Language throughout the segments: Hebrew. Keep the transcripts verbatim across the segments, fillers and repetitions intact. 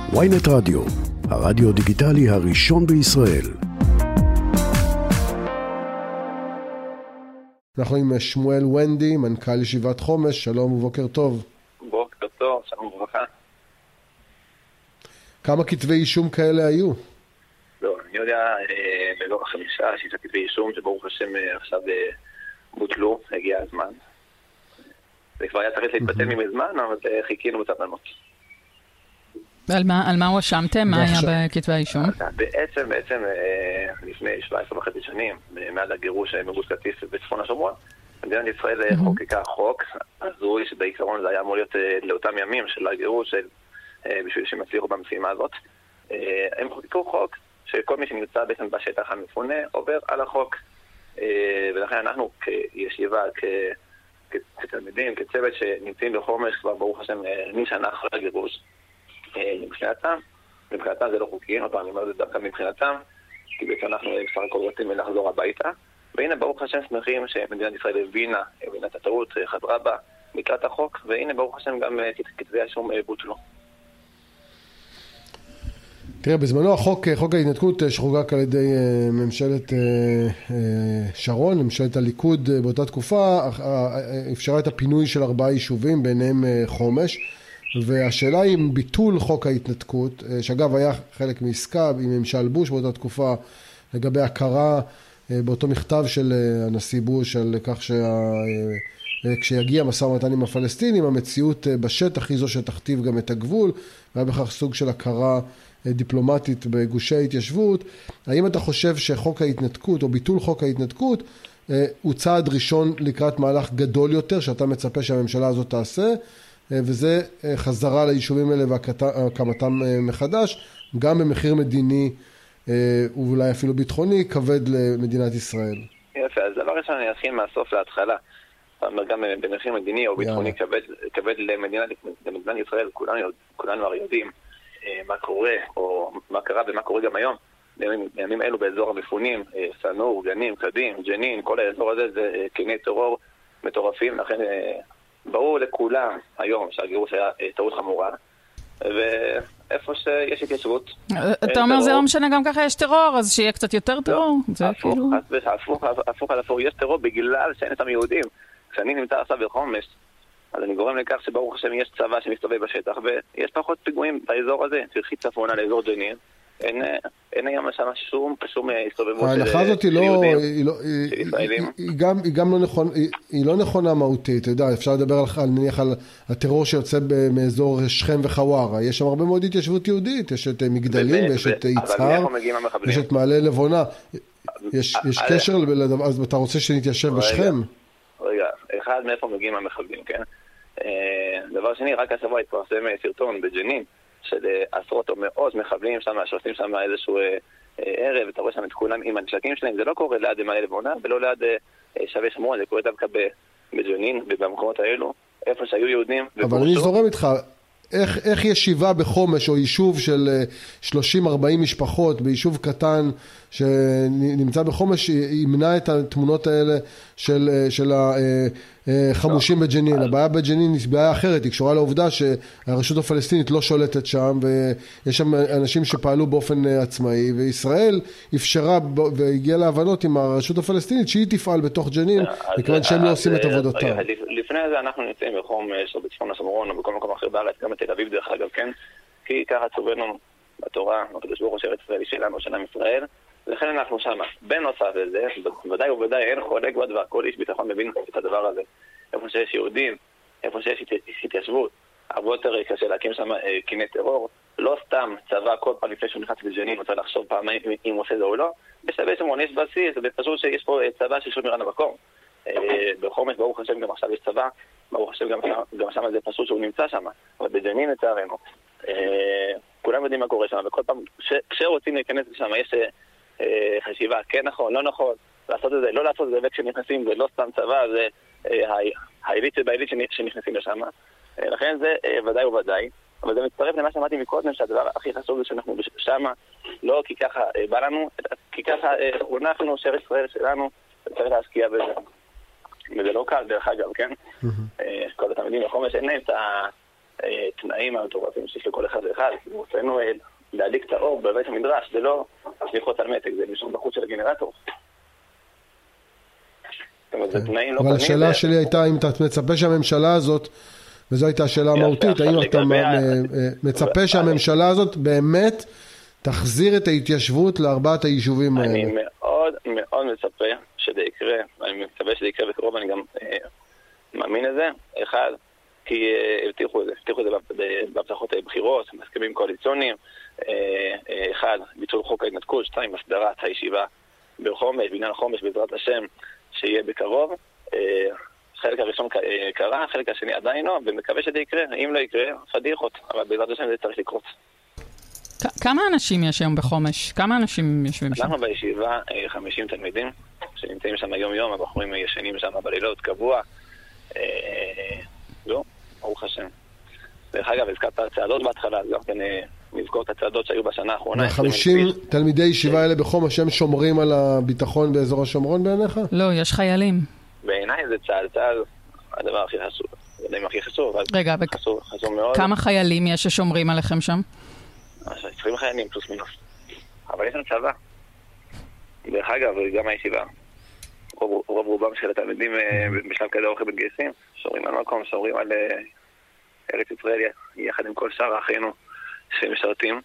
וויינט רדיו, הרדיו דיגיטלי הראשון בישראל. אנחנו עם שמואל ונדי, מנכ"ל ישיבת חומש. שלום ובוקר טוב. בוקר טוב, שלום וברכה. כמה כתבי אישום כאלה היו? לא, אני יודע, בלא חמישה, שישה כתבי אישום שברוך השם עכשיו בוטלו, הגיע הזמן. זה כבר היה צריך להתבטל ממזמן, אבל חיכינו בסבלנות. על מה, על מה הואשמתם? מה היה בכתבי האישום? בעצם, בעצם לפני שבע עשרה וחצי שנים, מאז הגירוש מגוש קטיף בצפון השומרון, מדינת ישראל חוקקה חוק הזוי שבעיקרון זה היה אמור להיות לאותם ימים של הגירוש בשביל שהם יצליחו במשימה הזאת. הם חוקקו חוק שכל מי שנמצא בעצם בשטח המפונה עובר על החוק, ולכן אנחנו כישיבה, כתלמידים, כצוות שנמצאים בחומש כבר ברוך השם משנה אחרי הגירוש, מבחינתם, מבחינתם זה לא חוקי, אני אומר זה דווקא מבחינתם, כי בעצם אנחנו בסך הכל רוצים לחזור הביתה, והנה ברוך השם שמחים שמדינת ישראל הבינה, הבינה את הטעות, חזרה בה, לקראת החוק, והנה ברוך השם גם כתבי האישום בוטלו. תראה, בזמנו החוק, חוק ההתנתקות שחוקק על ידי ממשלת שרון, ממשלת הליכוד באותה תקופה, אפשרה את הפינוי של ארבעה יישובים, ביניהם חומש, והשאלה היא עם ביטול חוק ההתנתקות, שאגב היה חלק מעסקה עם ממשל בוש באותה תקופה, לגבי הכרה באותו מכתב של הנשיא בוש על כך שכשיגיע משא ומתן עם הפלסטינים, המציאות בשטח היא זו שתכתיב גם את הגבול, והיה בכך סוג של הכרה דיפלומטית בגושי ההתיישבות. האם אתה חושב שחוק ההתנתקות או ביטול חוק ההתנתקות הוא צעד ראשון לקראת מהלך גדול יותר שאתה מצפה שהממשלה הזאת תעשה, וזה חזרה ליישובים האלה והקמתם מחדש, גם במחיר מדיני ואולי אפילו ביטחוני כבד למדינת ישראל? יפה, אז דבר ראשון אני אתחיל מהסוף להתחלה. גם במחיר מדיני או ביטחוני כבד, כבד למדינת, למדינת ישראל, כולנו, כולנו הרי יודעים מה קורה או מה קרה ומה קורה גם היום. בימים, בימים אלו באזור המפונים, סנור, גנים, קדים, ג'נין, כל האזור הזה זה קיני טרור מטורפים, לכן ברור לכולם היום שהגירוש היה טעות חמורה, ואיפה שיש התיישבות. אתה אומר זה לא משנה, גם ככה יש טרור, אז שיהיה קצת יותר טרור. הפוך על הפוך, יש טרור בגלל שאין את היהודים. כשאני נמצא עכשיו בחומש, אז אני גורם לכך שברוך השם יש צבא שמסתובב בשטח, ויש פחות פיגועים באזור הזה, תלכי צפונה לאזור ג'נין, אין היום שם שום שום הסתובבות של ההנחה הזאת היא לא נכונה מהותית. אתה יודע, אפשר לדבר על נניח על הטרור שיוצא מאזור שכם וחווארה, יש שם הרבה מאוד התיישבות יהודית, יש את מגדלים ויש את יצהר, יש את מעלה לבונה, יש קשר לדבר, אז אתה רוצה שנתיישב בשכם? רגע, אחד מאיפה מגיעים המחבלים, כן? דבר שני, רק השבוע התפרסם סרטון בג'נין של עשרות או מאות מחבלים שם, שעושים שם איזשהו ערב, אתה רואה שם את כולם עם הנשקים שלהם, זה לא קורה ליד מעלה לבונה ולא ליד שווה שמוע, זה קורה דווקא בג'נין ובמקומות האלו, איפה שהיו יהודים. אבל אני זורם איתך, איך, איך ישיבה בחומש או יישוב של שלושים ארבעים משפחות ביישוב קטן שנמצא בחומש ימנע את התמונות האלה של, של החמושים בג'נין? הבעיה בג'נין היא בעיה אחרת, היא קשורה לעובדה שהרשות הפלסטינית לא שולטת שם, ויש שם אנשים שפעלו באופן עצמאי, וישראל אפשרה והגיעה להבנות עם הרשות הפלסטינית שהיא תפעל בתוך ג'נין, מכיוון שהם לא עושים את עבודתם. לפני זה אנחנו נמצאים בחומש או בצפון השומרון או בכל מקום אחר בארץ, גם בתל אביב דרך אגב, כן? כי ככה צובנו בתורה, הקדוש ברוך הוא שארץ ישראל היא שלנו, של עם ישראל, לכן אנחנו שמה. בנוסף לזה, ודאי ובוודאי אין חולק בדבר, כל איש ביטחון מבין את הדבר הזה. איפה שיש יהודים, איפה שיש התיישבות, הרבה יותר קשה להקים שם קיני טרור, לא סתם צבא כל פעם לפני שהוא נכנס בג'נין, רוצה לחשוב פעמיים אם הוא עושה זה או לא, בשווה שמון יש בסיס, ופשוט שיש פה צבא של שומר על המקום. בחומש ברוך השם גם עכשיו יש צבא, ברוך השם גם, גם שם זה פשוט שהוא נמצא שם, אבל בג'נין לצערנו כולם יודעים מה קורה שם, וכל פעם כשרוצים להיכנס לשם יש חשיבה, כן נכון, לא נכון, לעשות את זה, לא לעשות את זה, וכשנכנסים זה לא סתם צבא, זה העילית שבעילית שנכנסים לשם, לכן זה ודאי וודאי, אבל זה מצטרף למה שאמרתי מקודם, שהדבר הכי חשוב זה שאנחנו שם, לא כי ככה בא לנו, כי ככה אנחנו, שארץ ישראל שלנו, צריך להשקיע בזה. וזה לא קל דרך אגב, כן? כל התלמידים בחומש אין להם התנאים המטורפים שיש לכל אחד ואחד. רצינו להדליק את האור בבית המדרש, זה לא שליחות על מתק, זה משום בחוץ של הגנרטור. אבל השאלה שלי הייתה אם אתה מצפה שהממשלה הזאת, וזו הייתה השאלה המהותית, האם אתה מצפה שהממשלה הזאת באמת תחזיר את ההתיישבות לארבעת היישובים האלה? אני מאוד מאוד מצפה שזה יקרה, אני מקווה שזה יקרה בקרוב, אני גם מאמין לזה. אחד, כי הבטיחו את זה, הבטיחו את זה בהבטחות הבחירות, בהסכמים קואליציוניים. אחד, ביטול חוק ההתנתקות. שתיים, הסדרת הישיבה בחומש, בניין החומש בעזרת השם, שיהיה בקרוב. חלק הראשון קרה, חלק השני עדיין לא, ומקווה שזה יקרה. אם לא יקרה, פדיחות, אבל בעזרת השם זה צריך לקרות. כמה אנשים יש היום בחומש? כמה אנשים יושבים שם? אנחנו בישיבה חמישים תלמידים שנמצאים שם יום יום, הבחורים ישנים שם בלילות קבוע. לא, ברוך השם. דרך אגב, הזכרת הצעדות בהתחלה, אז גם כן נזכור את הצעדות שהיו בשנה האחרונה. חמישים תלמידי ישיבה האלה בחומש, הם שומרים על הביטחון באזור השומרון בעיניך? לא, יש חיילים. בעיניי זה צעד, צעד, הדבר הכי חשוב. זה הדבר הכי חשוב, אבל רגע, חשוב, חשוב מאוד. כמה חיילים יש ששומרים עליכם שם? עשרים חיילים פלוס מינוס. אבל יש לנו צבא. דרך אגב, גם הישיבה. רוב, רוב רובם של התלמידים בשלב כזה אורחי מתגייסים, שומרים על מקום, שומרים על ארץ ישראל, יחד עם כל שאר האחינו שמשרתים.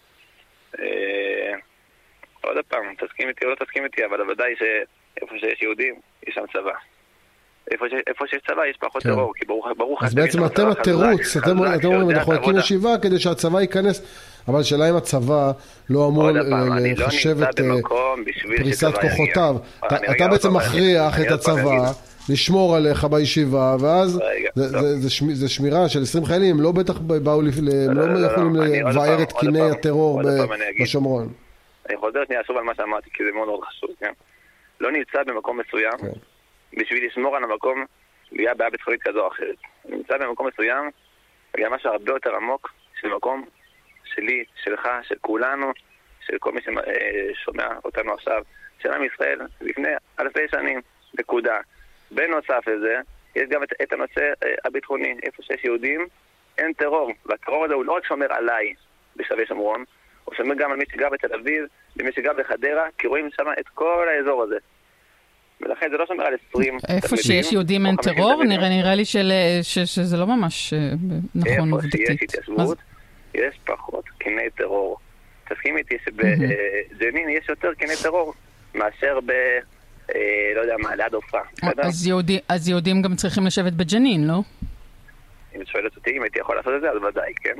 עוד פעם, תסכים איתי או לא תסכים איתי, אבל ודאי שאיפה שיש יהודים, יש שם צבא. איפה שיש צבא יש פחות טרור, כי ברוך... אז בעצם אתם התירוץ, אתם אומרים, אנחנו נקים ישיבה כדי שהצבא ייכנס, אבל שאלה אם הצבא לא אמור לחשב את פריסת כוחותיו. אתה בעצם מכריח את הצבא לשמור עליך בישיבה, ואז זה שמירה של עשרים חיילים, לא בטח באו, לא יכולים לבאר את קיני הטרור בשומרון. אני חוזר שנייה שוב על מה שאמרתי, כי זה מאוד מאוד חשוב, כן? לא נמצא במקום מסוים בשביל לשמור על המקום ליד בעיה ביטחונית כזו או אחרת. נמצא במקום מסוים, גם משהו הרבה יותר עמוק של מקום שלי, שלך, של כולנו, של כל מי ששומע אותנו עכשיו, של עם ישראל, לפני אלפי שנים, נקודה. בנוסף לזה, יש גם את, את הנושא הביטחוני, איפה שיש יהודים, אין טרור, והטרור הזה הוא לא רק שומר עליי בשבי שומרון, הוא שומר גם על מי שגר בתל אביב, ומי שגר בחדרה, כי רואים שם את כל האזור הזה. ולכן זה לא שומר על עשרים... איפה שיש יהודים אין טרור, נראה לי שזה לא ממש נכון עובדתית. איפה שיש התיישבות, יש פחות קיני טרור. תסכים איתי שבג'נין יש יותר קיני טרור מאשר ב... לא יודע מה, ליד אופרה. אז יהודים גם צריכים לשבת בג'נין, לא? אם את שואלת אותי, אם הייתי יכול לעשות את זה, אז ודאי, כן?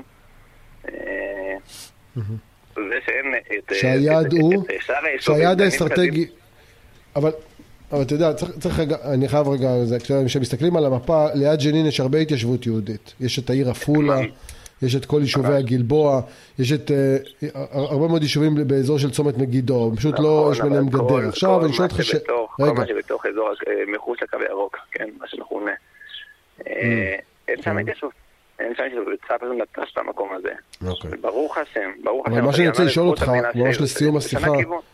זה שאין... שהיעד הוא... שהיעד האסטרטגי... אבל... אבל אתה יודע, צריך, צריך רגע, אני חייב רגע, כשמסתכלים על המפה, ליד ג'נין יש הרבה התיישבות יהודית. יש את העיר אפולה, יש את כל יישובי הגלבוע, יש את uh, הרבה מאוד יישובים באזור של צומת מגידו, פשוט לא, יש ביניהם גדר. עכשיו אני שואל אותך ש... כל מה שבתוך אזור מחוץ לקו הירוק, כן, מה שמכונה. אין שם התיישבות. אין שם התיישבות, פשוט נטש במקום הזה. ברוך השם, ברוך השם. אבל מה שאני רוצה לשאול אותך, ממש לסיום השיחה,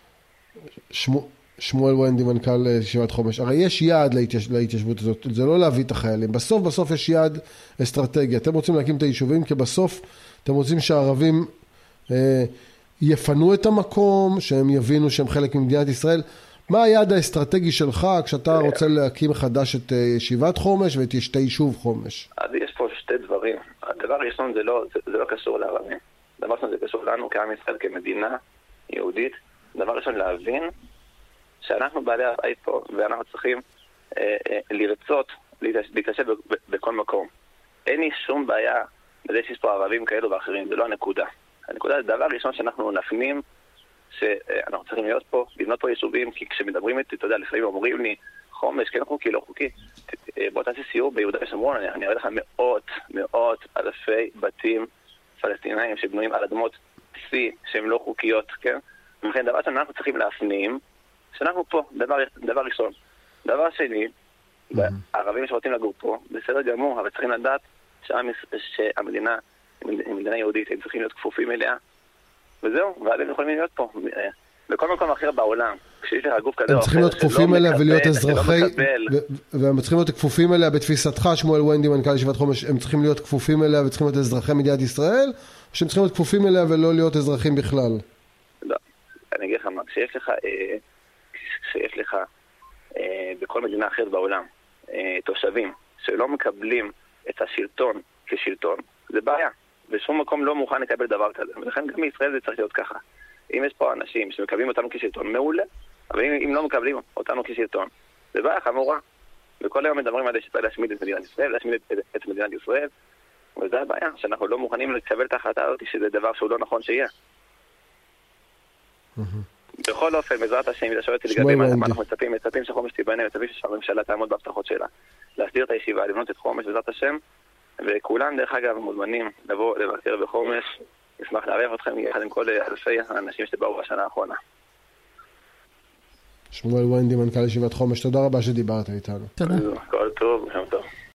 שמואל וונדי, מנכ"ל ישיבת חומש, הרי יש יעד להתיישבות הזאת, זה לא להביא את החיילים, בסוף בסוף יש יעד אסטרטגי, אתם רוצים להקים את היישובים, כי בסוף אתם רוצים שהערבים אה, יפנו את המקום, שהם יבינו שהם חלק ממדינת ישראל. מה היעד האסטרטגי שלך כשאתה רוצה להקים מחדש את ישיבת חומש ואת שתי יישוב חומש? אז יש פה שתי דברים. הדבר הראשון זה לא, זה, זה לא קשור לערבים. דבר ראשון זה קשור לנו כעם ישראל, כמדינה יהודית. דבר ראשון להבין שאנחנו בעלי הבית פה, ואנחנו צריכים אה, אה, לרצות להתיישב בכל מקום. אין לי שום בעיה בזה שיש פה ערבים כאלו ואחרים, זה לא הנקודה. הנקודה זה דבר ראשון שאנחנו נפנים, שאנחנו צריכים להיות פה, לבנות פה יישובים, כי כשמדברים איתי, אתה יודע, לפעמים אומרים לי, חומש, כן חוקי, לא חוקי. בוא תעשי סיור ביהודה ושומרון, אני, אני אראה לך מאות, מאות אלפי בתים פלסטינאים שבנויים על אדמות C, שהם לא חוקיות, כן? ולכן דבר שאנחנו צריכים להפנים, שאנחנו פה, דבר, דבר ראשון. דבר שני, mm-hmm. הערבים שרוצים לגור פה, בסדר גמור, אבל צריכים לדעת שהמדינה היא מדינה יהודית, הם צריכים להיות כפופים אליה, וזהו, ואז הם יכולים להיות פה. בכל מקום אחר בעולם, כשיש לך גוף כזה הם צריכים להיות כפופים אליה ולהיות אזרחי, והם צריכים להיות כפופים אליה בתפיסתך, שמואל ווינדי, מנכ"ל ישיבת חומש, הם צריכים להיות כפופים אליה וצריכים להיות אזרחי מדינת ישראל, או שהם צריכים להיות כפופים אליה ולא להיות אזרחים בכלל? לא, אני אגיד לך מה, כשיש לך, כשיש לך בכל מדינה אחרת בעולם תושבים שלא מקבלים את השלטון כשלטון, זה בעיה. בשום מקום לא מוכן לקבל דבר כזה, ולכן גם בישראל זה צריך להיות ככה. אם יש פה אנשים שמקבלים אותנו כשלטון, מעולה, אבל אם, אם לא מקבלים אותנו כשלטון, זה בעיה חמורה. וכל היום מדברים על זה שצריך להשמיד את מדינת ישראל, להשמיד את, את מדינת ישראל, וזה הבעיה, שאנחנו לא מוכנים לקבל את ההחלטה הזאת, שזה דבר שהוא לא נכון שיהיה. בכל אופן, בעזרת השם, אם אתה שואל אותי לגבי מה אנחנו מצפים, מצפים שחומש תיבנה, מצפים שהממשלה תעמוד בהבטחות שלה, להסדיר את הישיבה, לבנות את חומש, בעזרת השם, וכולם דרך אגב מוזמנים לבוא לבקר בחומש, נשמח לערב אתכם יחד עם כל אלפי האנשים שבאו בשנה האחרונה. שמואל ווינדי, מנכ"ל ישיבת חומש, תודה רבה שדיברת איתנו. תודה. כל טוב, יום טוב.